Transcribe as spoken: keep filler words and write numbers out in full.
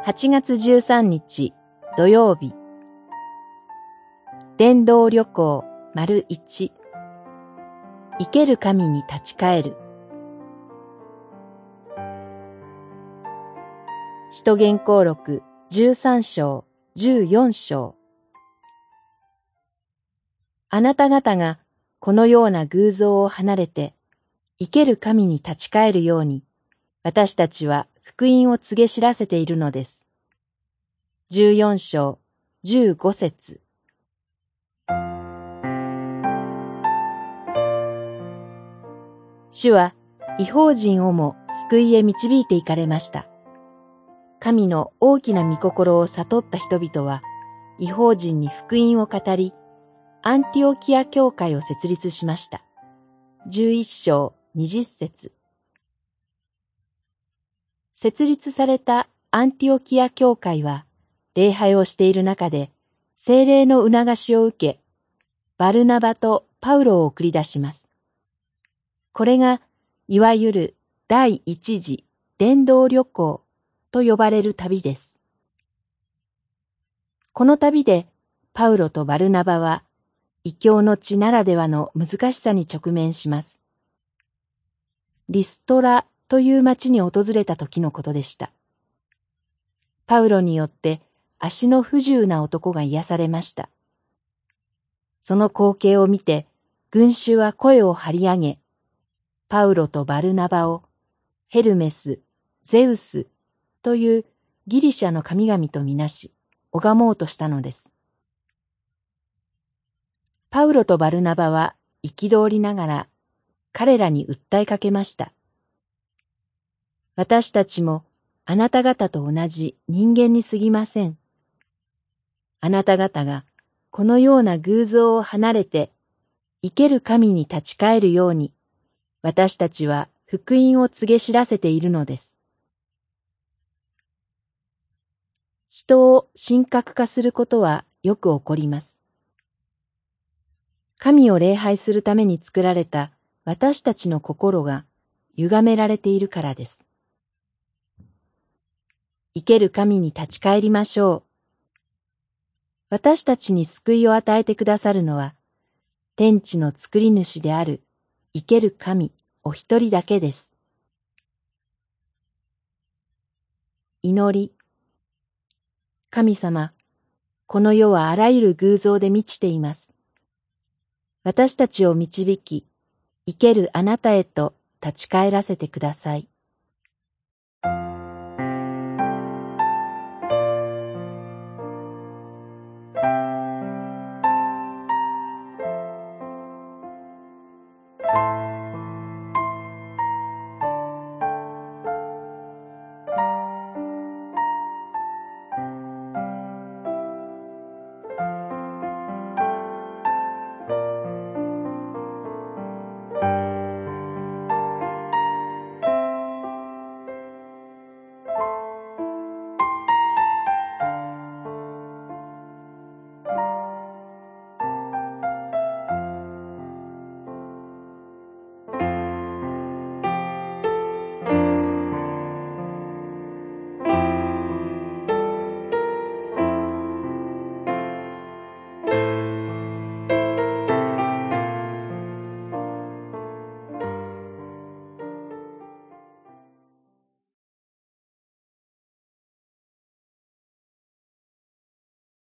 はちがつじゅうさんにち土曜日、伝道旅行丸一、生ける神に立ち返る。使徒言行録じゅうさんしょう、じゅうよんしょう。あなた方がこのような偶像を離れて、生ける神に立ち返るように、私たちは福音を告げ知らせているのです。じゅうよんしょう、じゅうごせつ。主は異邦人をも救いへ導いて行かれました。神の大きな御心を悟った人々は、異邦人に福音を語り、アンティオキア教会を設立しました。じゅういっしょう、にじゅっせつ。設立されたアンティオキア教会は、礼拝をしている中で、聖霊の促しを受け、バルナバとパウロを送り出します。これが、いわゆる第一次伝道旅行と呼ばれる旅です。この旅で、パウロとバルナバは、異教の地ならではの難しさに直面します。リストラという町に訪れた時のことでした。パウロによって足の不自由な男が癒されました。その光景を見て、群衆は声を張り上げ、パウロとバルナバをヘルメス、ゼウスというギリシャの神々とみなし、拝もうとしたのです。パウロとバルナバは憤りながら彼らに訴えかけました。私たちもあなた方と同じ人間に過ぎません。あなた方がこのような偶像を離れて生ける神に立ち返るように、私たちは福音を告げ知らせているのです。人を神格化することはよく起こります。神を礼拝するために作られた私たちの心が歪められているからです。生ける神に立ち返りましょう。私たちに救いを与えてくださるのは、天地の作り主である生ける神お一人だけです。祈り。神様、この世はあらゆる偶像で満ちています。私たちを導き、生けるあなたへと立ち返らせてください。